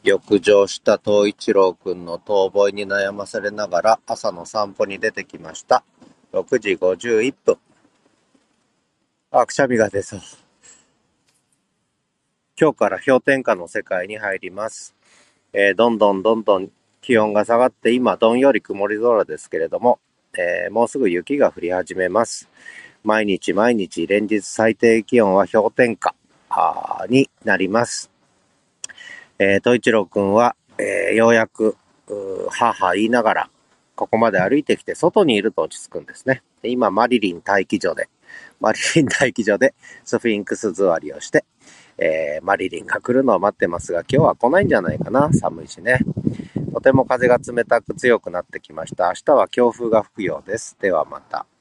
浴場した東一郎くんの遠吠えに悩まされながら朝の散歩に出てきました。6時51分。くしゃみが出そう。今日から氷点下の世界に入ります。どんどん気温が下がって今どんより曇り空ですけれども、もうすぐ雪が降り始めます。毎日連日最低気温は氷点下になります。東一郎くんは、ようやく言いながらここまで歩いてきて外にいると落ち着くんですね。で今マリリン待機所でスフィンクス座りをして、マリリンが来るのを待ってますが、今日は来ないんじゃないかな。寒いしね。とても風が冷たく強くなってきました。明日は強風が吹くようです。ではまた。